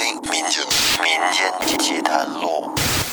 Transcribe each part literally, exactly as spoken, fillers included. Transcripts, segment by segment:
听民间民间奇谈录。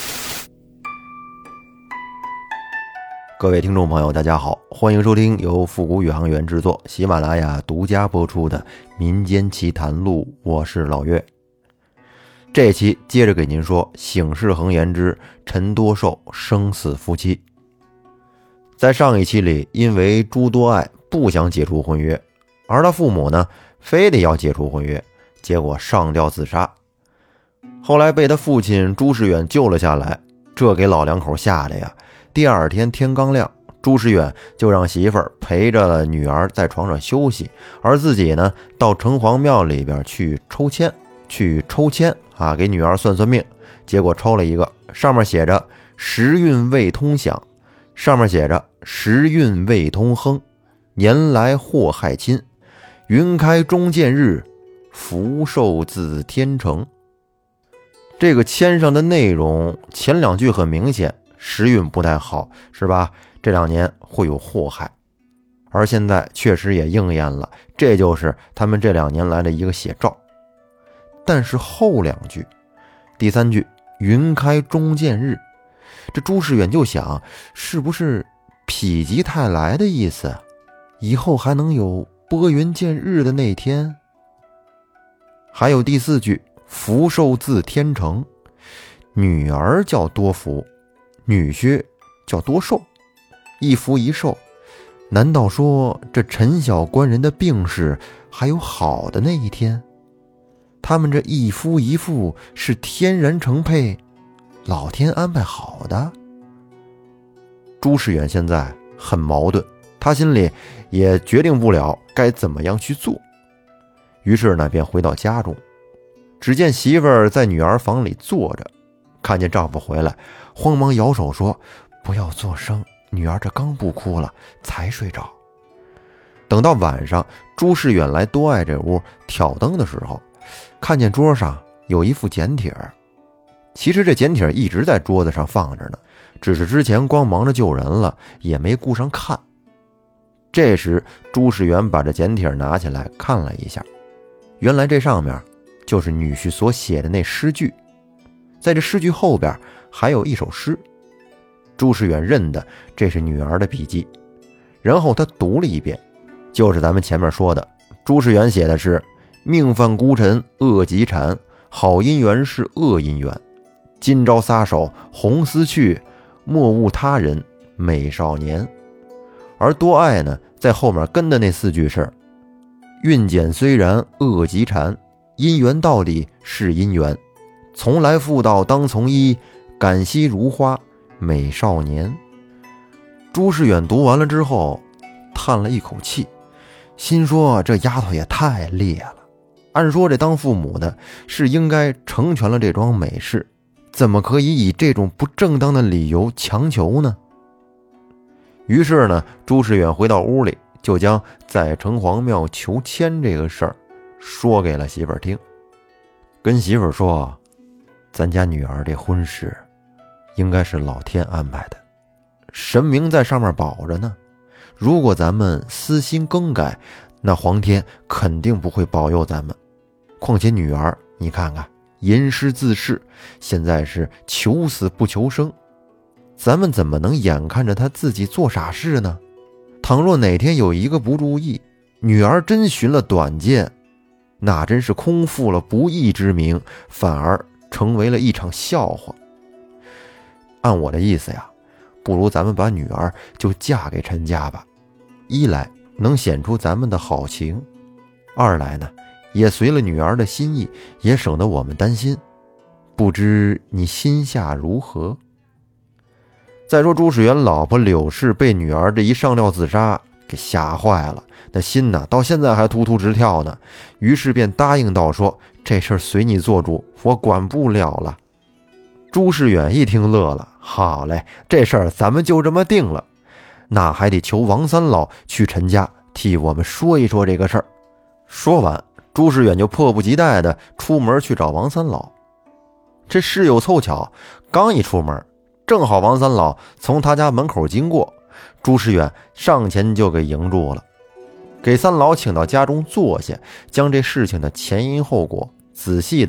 各位听众朋友大家好，欢迎收听由复古宇航员制作，喜马拉雅独家播出的民间奇谈录，我是老岳。这期接着给您说醒世恒言之陈多寿生死夫妻。在上一期里，因为朱多爱不想解除婚约，而他父母呢非得要解除婚约，结果上吊自杀。后来被他父亲朱世远救了下来，这给老两口吓得呀，第二天天刚亮，朱世远就让媳妇儿陪着女儿在床上休息，而自己呢到城隍庙里边去抽签去抽签啊，给女儿算算命。结果抽了一个，上面写着时运未通享，上面写着时运未通亨，年来祸害亲，云开中见日，福寿自天成。这个签上的内容前两句很明显，时运不太好，是吧？这两年会有祸害，而现在确实也应验了，这就是他们这两年来的一个写照。但是后两句，第三句云开中见日，这朱世远就想，是不是否极泰来的意思？以后还能有拨云见日的那天？还有第四句福寿自天成，女儿叫多福，女婿叫多寿，一福一寿。难道说这陈小官人的病势还有好的那一天？他们这一夫一妇是天然成配，老天安排好的？朱世远现在很矛盾，他心里也决定不了该怎么样去做。于是呢，便回到家中，只见媳妇儿在女儿房里坐着，看见丈夫回来，慌忙摇手说：“不要作声，女儿这刚不哭了，才睡着。”等到晚上，朱世远来多爱这屋挑灯的时候，看见桌上有一副简帖。其实这简帖一直在桌子上放着呢，只是之前光忙着救人了，也没顾上看。这时朱世远把这简帖拿起来看了一下，原来这上面就是女婿所写的那诗句，在这诗句后边还有一首诗。朱世远认得这是女儿的笔记，然后他读了一遍，就是咱们前面说的，朱世远写的是命犯孤臣恶极产，好姻缘是恶姻缘，今朝撒手红丝去，莫误他人美少年。而多爱呢在后面跟的那四句是运简虽然恶极缠，姻缘到底是姻缘，从来妇道当从医，感惜如花美少年。朱世远读完了之后叹了一口气，心说这丫头也太烈了，按说这当父母的是应该成全了这桩美事，怎么可以以这种不正当的理由强求呢？于是呢，朱世远回到屋里，就将在城隍庙求签这个事儿说给了媳妇儿听，跟媳妇儿说，咱家女儿这婚事应该是老天安排的，神明在上面保着呢，如果咱们私心更改，那皇天肯定不会保佑咱们。况且女儿你看看吟诗自恃，现在是求死不求生，咱们怎么能眼看着她自己做傻事呢？倘若哪天有一个不注意，女儿真寻了短见，那真是空负了不义之名，反而成为了一场笑话。按我的意思呀，不如咱们把女儿就嫁给陈家吧，一来能显出咱们的好情，二来呢也随了女儿的心意，也省得我们担心。不知你心下如何？再说朱世远老婆柳氏被女儿这一上吊自杀给吓坏了，那心呢到现在还突突直跳呢，于是便答应道说，这事儿随你做主，我管不了了。朱世远一听乐了，好嘞，这事儿咱们就这么定了，那还得求王三老去陈家替我们说一说这个事儿。说完，朱世远就迫不及待地出门去找王三老。这事有凑巧，刚一出门，正好王三老从他家门口经过，朱世远上前就给迎住了，给三老请到家中坐下，将这事情的前因后果仔细地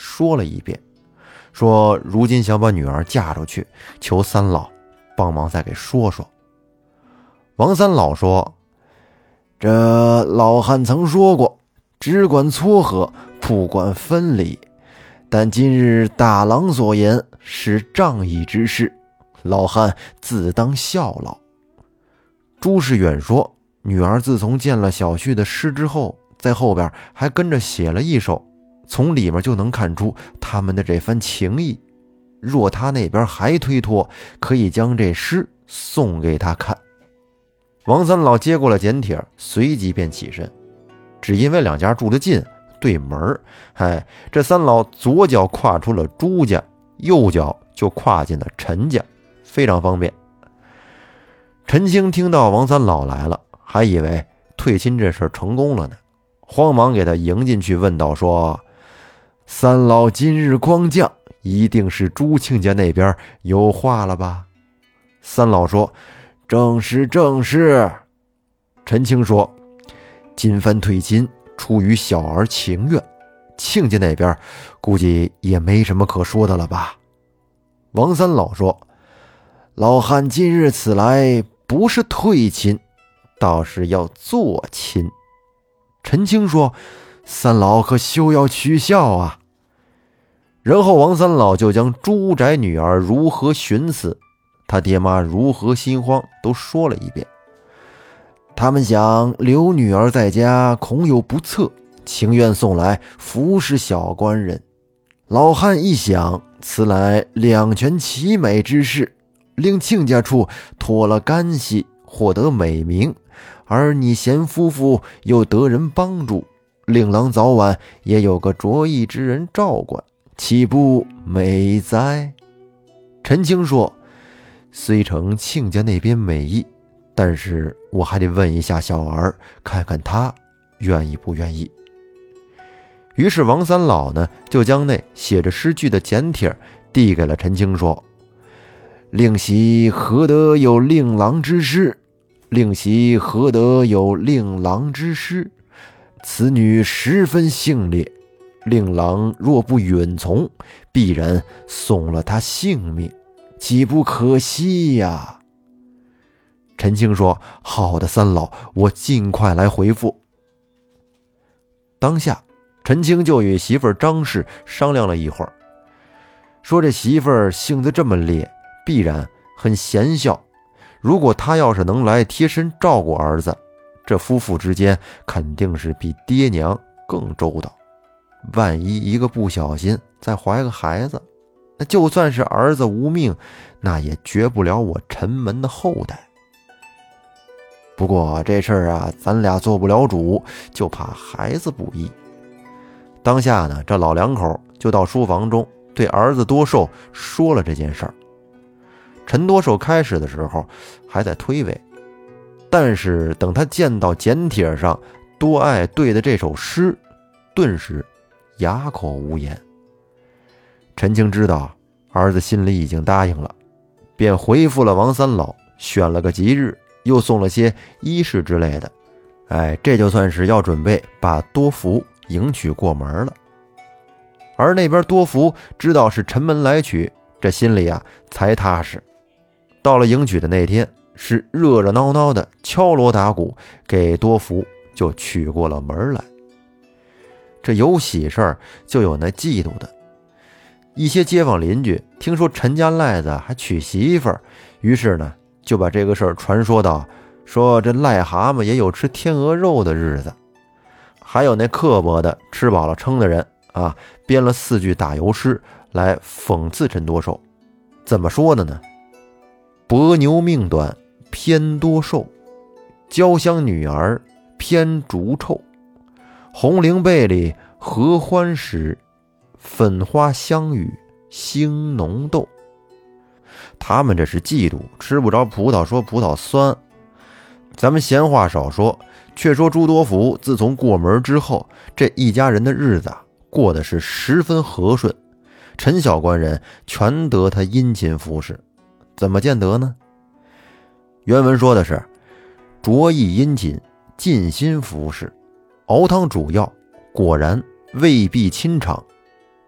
说了一遍，说如今想把女儿嫁出去，求三老帮忙再给说说。王三老说，这老汉曾说过，只管撮合，不管分离，但今日大郎所言是仗义之事，老汉自当效劳。朱世远说，女儿自从见了小旭的诗之后，在后边还跟着写了一首，从里面就能看出他们的这番情谊。若他那边还推脱，可以将这诗送给他看。王三老接过了简帖，随即便起身。只因为两家住得近，对门，哎，这三老左脚跨出了朱家，右脚就跨进了陈家，非常方便。陈清听到王三老来了，还以为退亲这事成功了呢，慌忙给他迎进去，问道说，三老今日光降，一定是朱庆家那边有话了吧？三老说，正是正是。陈清说，今番退亲出于小儿情愿，庆家那边估计也没什么可说的了吧？王三老说，老汉今日此来不是退亲，倒是要做亲。陈清说，三老可休要取笑啊。然后王三老就将朱宅女儿如何寻死，他爹妈如何心慌都说了一遍。他们想留女儿在家恐有不测，情愿送来服侍小官人。老汉一想，此乃两全其美之事，令亲家处脱了干系，获得美名，而你贤夫妇又得人帮助，令郎早晚也有个着意之人照管，岂不美哉？陈清说，虽承亲家那边美意，但是我还得问一下小儿，看看他愿意不愿意。于是王三老呢，就将那写着诗句的简帖递给了陈清，说，令媳何得有令郎之师？令媳何得有令郎之师？此女十分性烈，令郎若不允从，必然送了他性命，岂不可惜呀？陈清说，好的三老，我尽快来回复。当下陈清就与媳妇儿张氏商量了一会儿，说这媳妇儿性子这么烈，必然很贤孝，如果她要是能来贴身照顾儿子，这夫妇之间肯定是比爹娘更周到。万一一个不小心再怀个孩子，那就算是儿子无命，那也绝不了我陈门的后代。不过这事儿啊，咱俩做不了主，就怕孩子不依。当下呢，这老两口就到书房中对儿子多寿说了这件事儿。陈多寿开始的时候还在推诿，但是等他见到简帖上多爱对的这首诗，顿时哑口无言。陈清知道儿子心里已经答应了，便回复了王三老，选了个吉日，又送了些衣饰之类的。哎，这就算是要准备把多福迎娶过门了。而那边多福知道是陈门来娶，这心里啊才踏实。到了迎娶的那天，是热热闹闹的敲锣打鼓，给多福就娶过了门来。这有喜事儿就有那嫉妒的，一些街坊邻居听说陈家赖子还娶媳妇儿，于是呢就把这个事儿传说到，说这癞蛤蟆也有吃天鹅肉的日子。还有那刻薄的吃饱了撑的人啊，编了四句打油诗来讽刺陈多寿。怎么说的呢？伯牛命短偏多寿，娇香女儿偏逐臭，红绫被里合欢时，粉花香雨兴浓豆。他们这是嫉妒吃不着葡萄说葡萄酸。咱们闲话少说，却说朱多福自从过门之后，这一家人的日子啊过得是十分和顺，陈小官人全得他殷勤服侍。怎么见得呢？原文说的是，着意殷勤，尽心服侍，熬汤煮药，果然未必亲尝。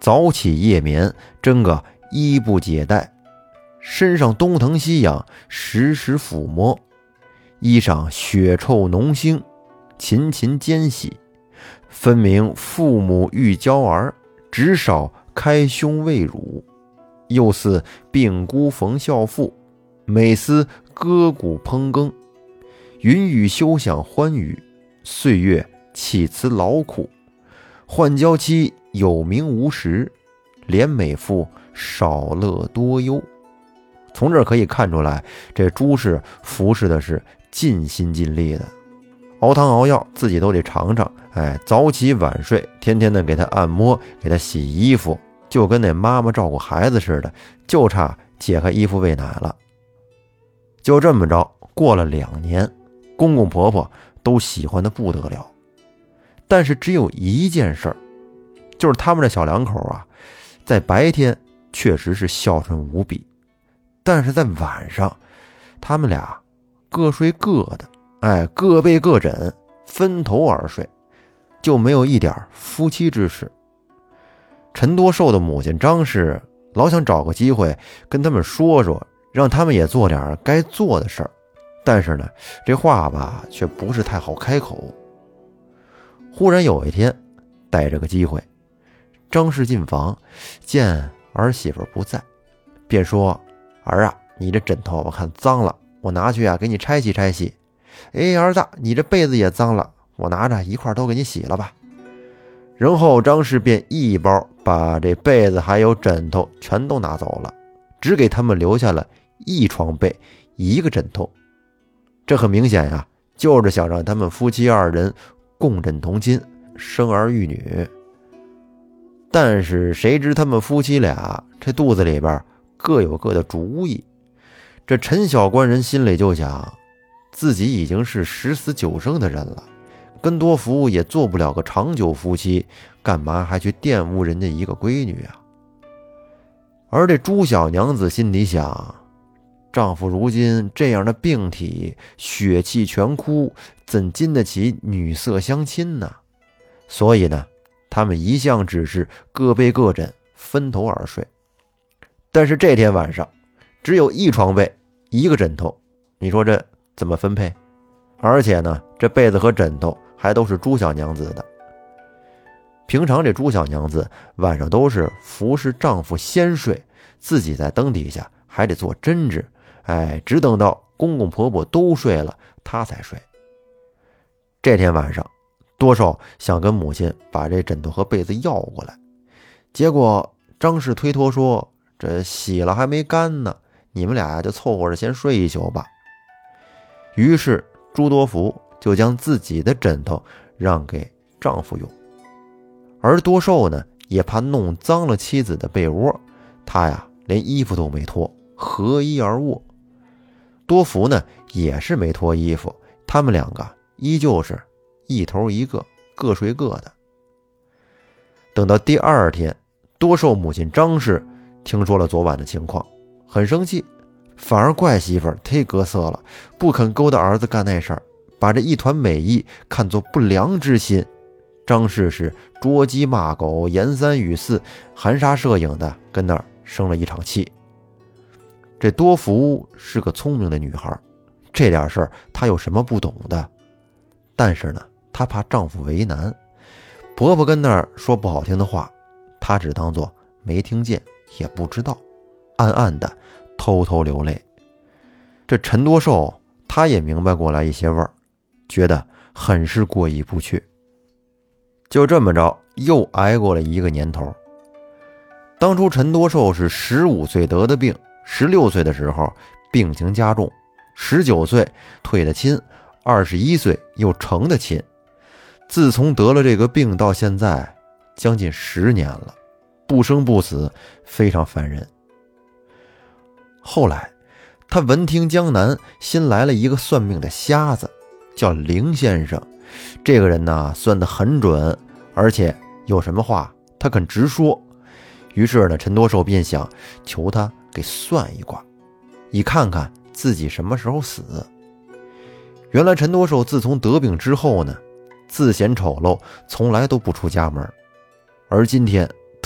早起夜眠，真个衣不解带，身上东疼西痒，时时抚摸，衣裳血臭浓腥，勤勤奸细，分明父母欲娇儿，只少开胸喂乳，又似病孤逢孝妇，每思割骨烹羹，云雨休想欢愉，岁月岂辞劳苦，换娇妻有名无实，怜美妇少乐多忧。从这儿可以看出来，这朱氏服侍的是尽心尽力的，熬汤熬药自己都得尝尝，哎，早起晚睡，天天的给他按摩，给他洗衣服，就跟那妈妈照顾孩子似的，就差解开衣服喂奶了。就这么着，过了两年，公公婆婆都喜欢的不得了。但是只有一件事儿，就是他们这小两口啊，在白天确实是孝顺无比，但是在晚上，他们俩各睡各的，哎，各被各枕，分头而睡，就没有一点夫妻之事。陈多寿的母亲张氏老想找个机会跟他们说说，让他们也做点该做的事儿，但是呢，这话吧却不是太好开口。忽然有一天，逮着个机会，张氏进房见儿媳妇不在，便说：“儿啊，你这枕头我看脏了，我拿去啊给你拆洗拆洗。哎，儿子，你这被子也脏了，我拿着一块都给你洗了吧。”然后张氏便一包把这被子还有枕头全都拿走了，只给他们留下了一床被一个枕头。这很明显呀，就是想让他们夫妻二人共枕同寝，生儿育女。但是谁知他们夫妻俩这肚子里边各有各的主意。这陈小官人心里就想，自己已经是十死九生的人了，跟多福也做不了个长久夫妻，干嘛还去玷污人家一个闺女啊？而这朱小娘子心里想，丈夫如今这样的病体，血气全枯，怎经得起女色相亲呢？所以呢，他们一向只是各被各枕，分头而睡。但是这天晚上只有一床被一个枕头，你说这怎么分配？而且呢，这被子和枕头还都是朱小娘子的。平常这朱小娘子晚上都是服侍丈夫先睡，自己在灯底下还得做针织，哎，只等到公公婆婆都睡了，她才睡。这天晚上，多寿想跟母亲把这枕头和被子要过来，结果张氏推脱说，这洗了还没干呢，你们俩就凑合着先睡一宿吧。于是朱多福就将自己的枕头让给丈夫用，而多寿呢也怕弄脏了妻子的被窝，他呀连衣服都没脱，合衣而卧。多福呢也是没脱衣服，他们两个依旧是一头一个，各睡各的。等到第二天，多寿母亲张氏听说了昨晚的情况，很生气，反而怪媳妇儿忒隔色了，不肯勾搭儿子干那事儿，把这一团美意看作不良之心。张氏是捉鸡骂狗，言三语四，含沙射影的跟那儿生了一场气。这多福是个聪明的女孩，这点事儿她有什么不懂的？但是呢，她怕丈夫为难，婆婆跟那儿说不好听的话，她只当作没听见，也不知道，暗暗的偷偷流泪。这陈多寿他也明白过来一些味儿，觉得很是过意不去。就这么着，又挨过了一个年头。当初陈多寿是十五岁得的病，十六岁的时候病情加重，十九岁退的亲，二十一岁又成的亲。自从得了这个病到现在将近十年了，不生不死，非常烦人。后来他闻听江南新来了一个算命的瞎子，叫林先生。这个人呢算得很准，而且有什么话他肯直说。于是呢，陈多寿便想求他给算一卦，以看看自己什么时候死。原来陈多寿自从得病之后呢，自显丑陋，从来都不出家门，而今天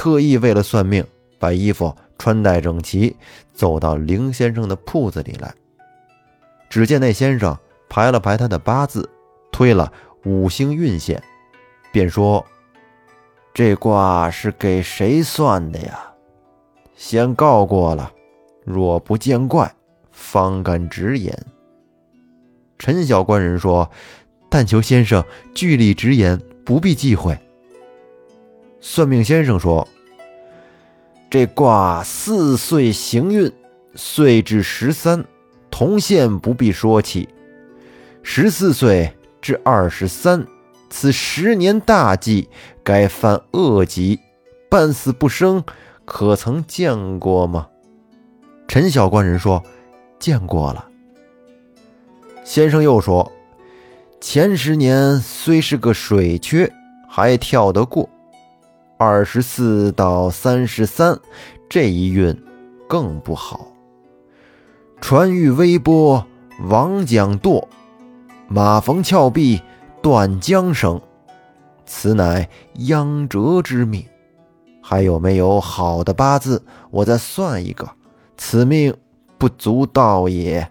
特意为了算命，把衣服穿戴整齐，走到林先生的铺子里来。只见那先生排了排他的八字，推了五行运线，便说：这卦是给谁算的呀？先告过了，若不见怪，方敢直言。陈小官人说：但求先生据理直言，不必忌讳。算命先生说：这卦四岁行运，岁至十三，同线不必说起。十四岁至二十三，此十年大忌，该犯恶疾，半死不生，可曾见过吗？陈小官人说：见过了。先生又说：前十年虽是个水缺，还跳得过，二十四到三十三这一运更不好。船遇微波，王桨堕，马逢峭壁，断缰绳，此乃殃折之命。还有没有好的八字？我再算一个，此命不足道也。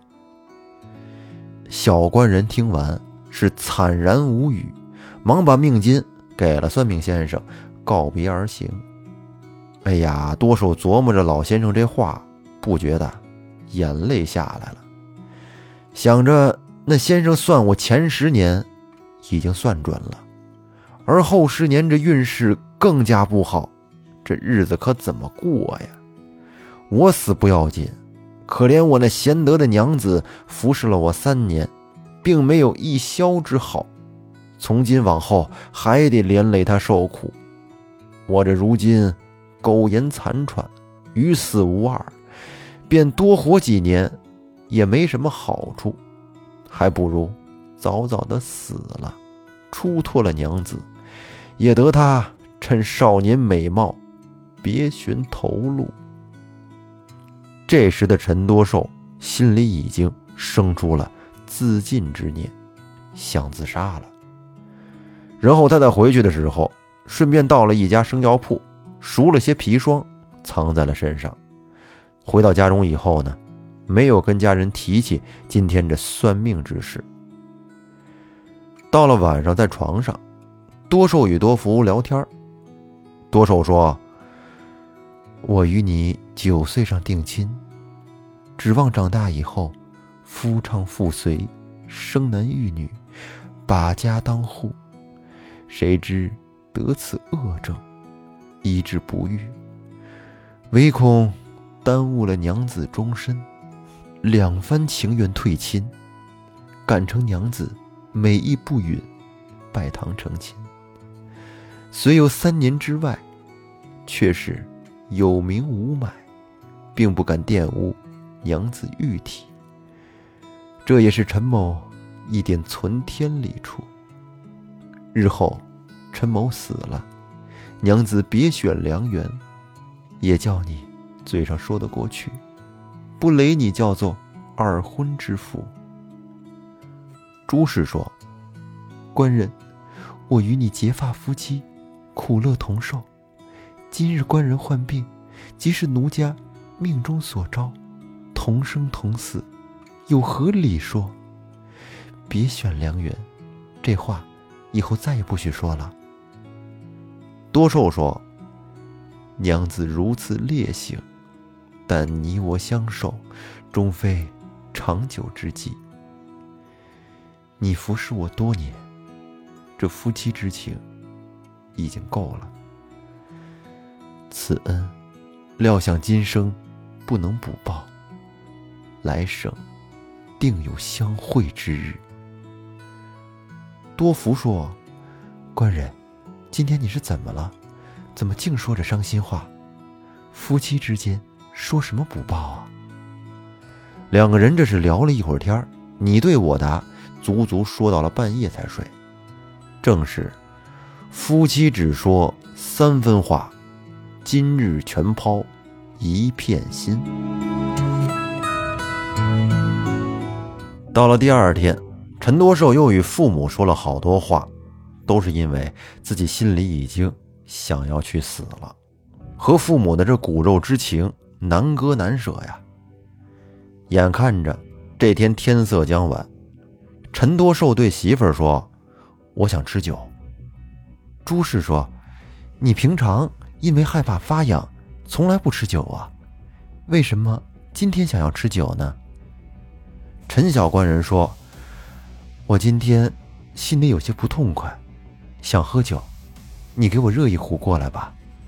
小官人听完是惨然无语，忙把命金给了算命先生，告别而行。哎呀，多手琢磨着老先生这话，不觉得眼泪下来了。想着那先生算我前十年已经算准了，而后十年这运势更加不好，这日子可怎么过呀？我死不要紧，可怜我那贤德的娘子服侍了我三年，并没有一消之好，从今往后还得连累她受苦。我这如今苟延残喘，与死无二，便多活几年也没什么好处，还不如早早的死了，出脱了娘子，也得她趁少年美貌别寻头路。这时的陈多寿心里已经生出了自尽之念，想自杀了。然后他在回去的时候，顺便到了一家生药铺，赎了些砒霜，藏在了身上。回到家中以后呢，没有跟家人提起今天这算命之事。到了晚上，在床上，多寿与多福聊天。多寿说：我与你九岁上定亲，指望长大以后夫唱妇随，生男育女，把家当户，谁知得此恶症，医治不愈，唯恐耽误了娘子终身，两番情愿退亲，感成娘子美意不允，拜堂成亲。虽有三年之外，却是有名无买，并不敢玷污娘子玉体，这也是陈某一点存天理处。日后陈某死了，娘子别选良缘，也叫你嘴上说得过去，不雷你叫做二婚之妇。朱氏说：官人，我与你结发夫妻，苦乐同受，今日官人患病，即是奴家命中所招，同生同死，有何理说？别选良缘，这话以后再也不许说了。多寿说：娘子如此烈性，但你我相守，终非长久之计。你服侍我多年，这夫妻之情已经够了，此恩料想今生不能补报，来生定有相会之日。多福说：官人，今天你是怎么了？怎么净说着伤心话？夫妻之间说什么补报啊？两个人这是聊了一会儿天，你对我答，足足说到了半夜才睡。正是夫妻只说三分话，今日全抛一片心。到了第二天，陈多寿又与父母说了好多话，都是因为自己心里已经想要去死了。 和父母的这骨肉之情难割难舍呀。眼看着这天天色将晚，陈多寿对媳妇儿说：“我想吃酒。”朱氏说：“你平常因为害怕发痒，从来不吃酒啊，为什么今天想要吃酒呢？”陈小官人说：“我今天心里有些不痛快，想喝酒，你给我热一壶过来吧。”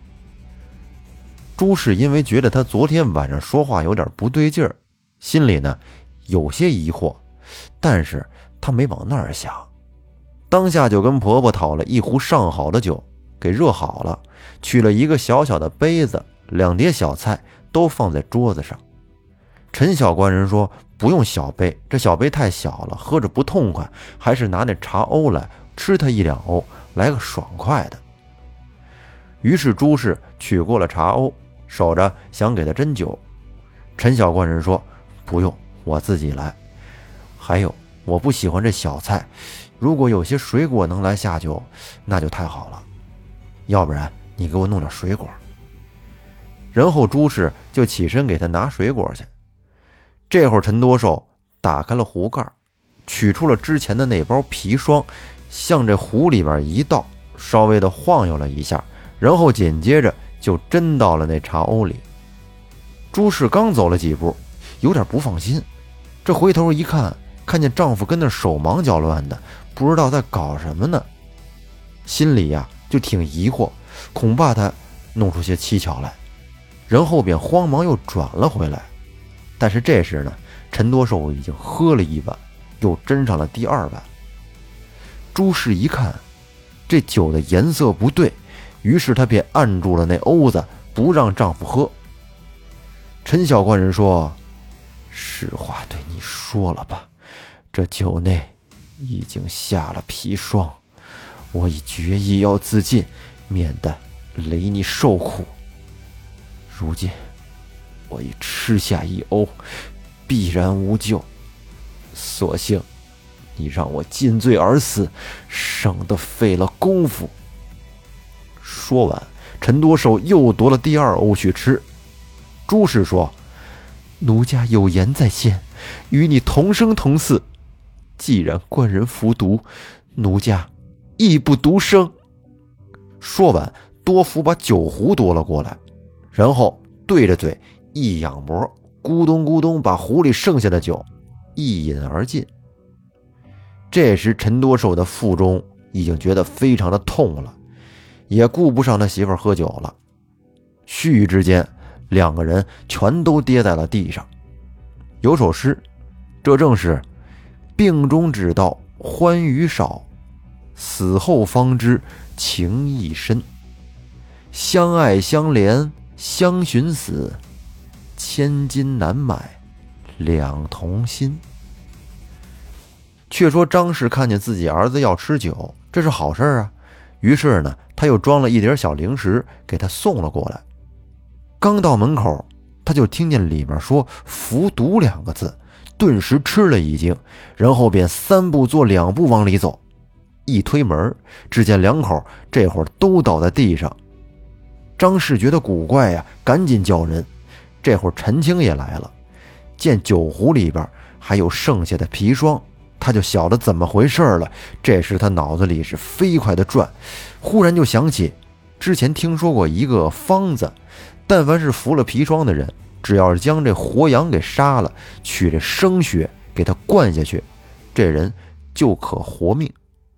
朱氏因为觉得他昨天晚上说话有点不对劲儿，心里呢有些疑惑，但是他没往那儿想，当下就跟婆婆讨了一壶上好的酒，给热好了，取了一个小小的杯子，两碟小菜都放在桌子上。陈小官人说：“不用小杯，这小杯太小了，喝着不痛快，还是拿那茶瓯来，吃它一两瓯，来个爽快的。”于是朱氏取过了茶瓯，守着想给他斟酒。陈小官人说：“不用，我自己来。还有，我不喜欢这小菜，如果有些水果能来下酒，那就太好了。要不然你给我弄点水果。”然后朱氏就起身给他拿水果去。这会儿陈多寿打开了壶盖，取出了之前的那包砒霜，向这壶里边一倒，稍微的晃悠了一下，然后紧接着就斟到了那茶瓯里。朱氏刚走了几步，有点不放心，这回头一看，看见丈夫跟那手忙脚乱的，不知道在搞什么呢，心里呀就挺疑惑，恐怕他弄出些蹊跷来，然后便慌忙又转了回来。但是这时呢，陈多寿已经喝了一碗，又斟上了第二碗。朱氏一看这酒的颜色不对，于是她便按住了那瓯子，不让丈夫喝。陈小官人说：“实话对你说了吧，这酒内已经下了砒霜，我已决意要自尽，免得累你受苦。如今我已吃下一瓯，必然无救，所幸你让我尽醉而死，省得费了功夫。”说完，陈多寿又夺了第二瓯去吃。朱氏说：“奴家有言在先，与你同生同死，既然官人服毒，奴家亦不独生。”说完，多福把酒壶夺了过来，然后对着嘴一仰脖，咕咚咕咚把壶里剩下的酒一饮而尽。这时陈多寿的腹中已经觉得非常的痛了，也顾不上他媳妇儿喝酒了，须臾之间，两个人全都跌在了地上。有首诗，这正是病中只道欢愉少，死后方知情意深。相爱相怜相寻死，千金难买两同心。却说张氏看见自己儿子要吃酒，这是好事啊，于是呢，他又装了一点小零食给他送了过来。刚到门口，他就听见里面说服毒两个字，顿时吃了一惊，然后便三步做两步往里走。一推门，只见两口这会儿都倒在地上。张氏觉得古怪呀，赶紧叫人。这会儿陈青也来了，见酒壶里边还有剩下的砒霜，他就晓得怎么回事了。这时他脑子里是飞快的转，忽然就想起之前听说过一个方子，但凡是服了砒霜的人，只要是将这活羊给杀了，取这生血给他灌下去，这人就可活命。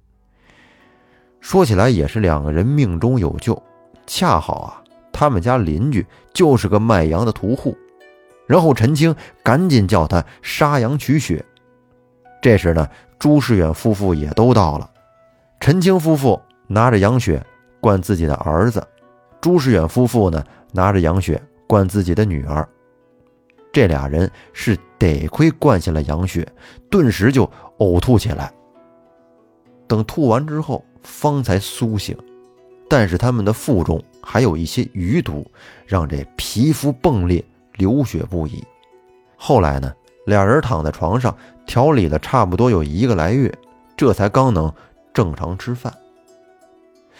说起来也是两个人命中有救，恰好啊，他们家邻居就是个卖羊的屠户。然后陈青赶紧叫他杀羊取血。这时呢，朱世远夫妇也都到了。陈青夫妇拿着羊血灌自己的儿子，朱世远夫妇呢拿着羊血灌自己的女儿。这俩人是得亏灌下了羊血，顿时就呕吐起来。等吐完之后方才苏醒，但是他们的腹中还有一些余毒，让这皮肤迸裂，流血不已。后来呢，俩人躺在床上调理了差不多有一个来月，这才刚能正常吃饭。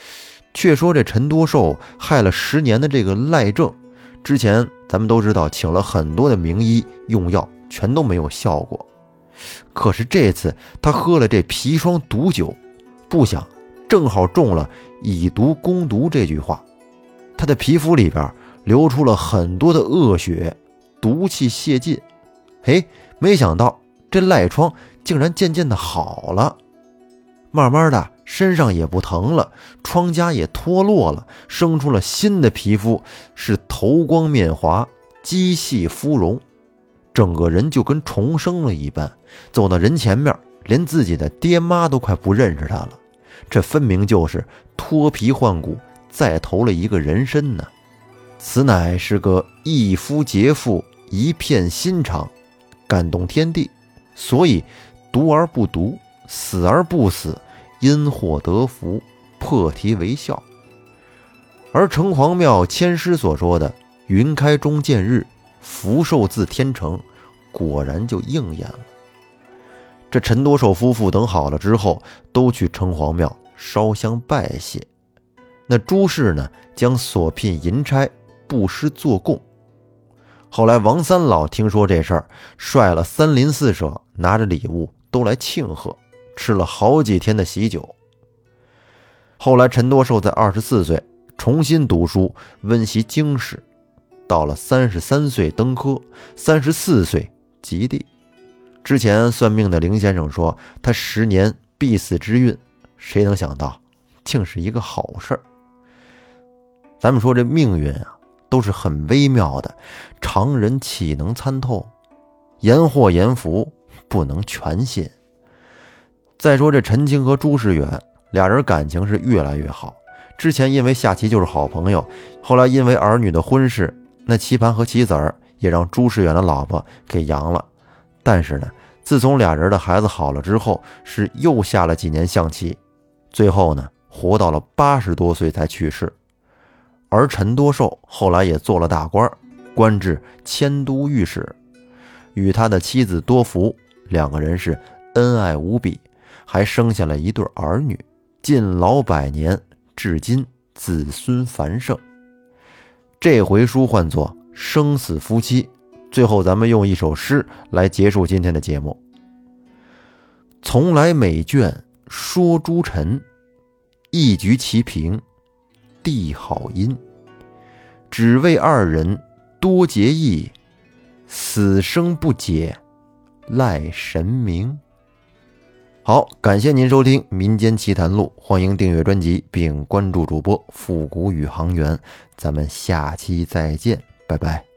却说这陈多寿害了十年的这个赖政，之前咱们都知道请了很多的名医用药，全都没有效果。可是这次他喝了这砒霜毒酒，不想正好中了以毒攻毒这句话，他的皮肤里边流出了很多的恶血，毒气泄尽。嘿，没想到这赖疮竟然渐渐的好了，慢慢的身上也不疼了，疮痂也脱落了，生出了新的皮肤，是头光面滑，肌细肤容，整个人就跟重生了一般，走到人前面，连自己的爹妈都快不认识他了。这分明就是脱皮换骨，再投了一个人身呢。此乃是个一夫劫妇，一片心肠，感动天地，所以毒而不毒，死而不死，因祸得福，破题为笑。而城隍庙签诗所说的云开中见日，福寿自天成，果然就应验了。这陈多寿夫妇等好了之后，都去城隍庙烧香拜谢。那朱氏呢，将所聘银差布施做供。后来王三老听说这事儿，率了三邻四舍，拿着礼物都来庆贺，吃了好几天的喜酒。后来陈多寿在二十四岁重新读书，温习经史，到了三十三岁登科，三十四岁及第。之前算命的林先生说他十年必死之运，谁能想到竟是一个好事儿。咱们说这命运啊，都是很微妙的，常人岂能参透？言祸言福，不能全信。再说这陈清和朱世远俩人感情是越来越好，之前因为下棋就是好朋友，后来因为儿女的婚事，那棋盘和棋子儿也让朱世远的老婆给扬了。但是呢，自从俩人的孩子好了之后，是又下了几年象棋，最后呢，活到了八十多岁才去世。而陈多寿后来也做了大官，官至迁都御史，与他的妻子多福两个人是恩爱无比，还生下了一对儿女，近老百年，至今子孙繁盛。这回书唤作生死夫妻。最后咱们用一首诗来结束今天的节目。从来美眷说诸臣，一局齐平地好音。只为二人多结义，死生不解赖神明。好，感谢您收听民间奇谈录，欢迎订阅专辑并关注主播复古宇航员，咱们下期再见，拜拜。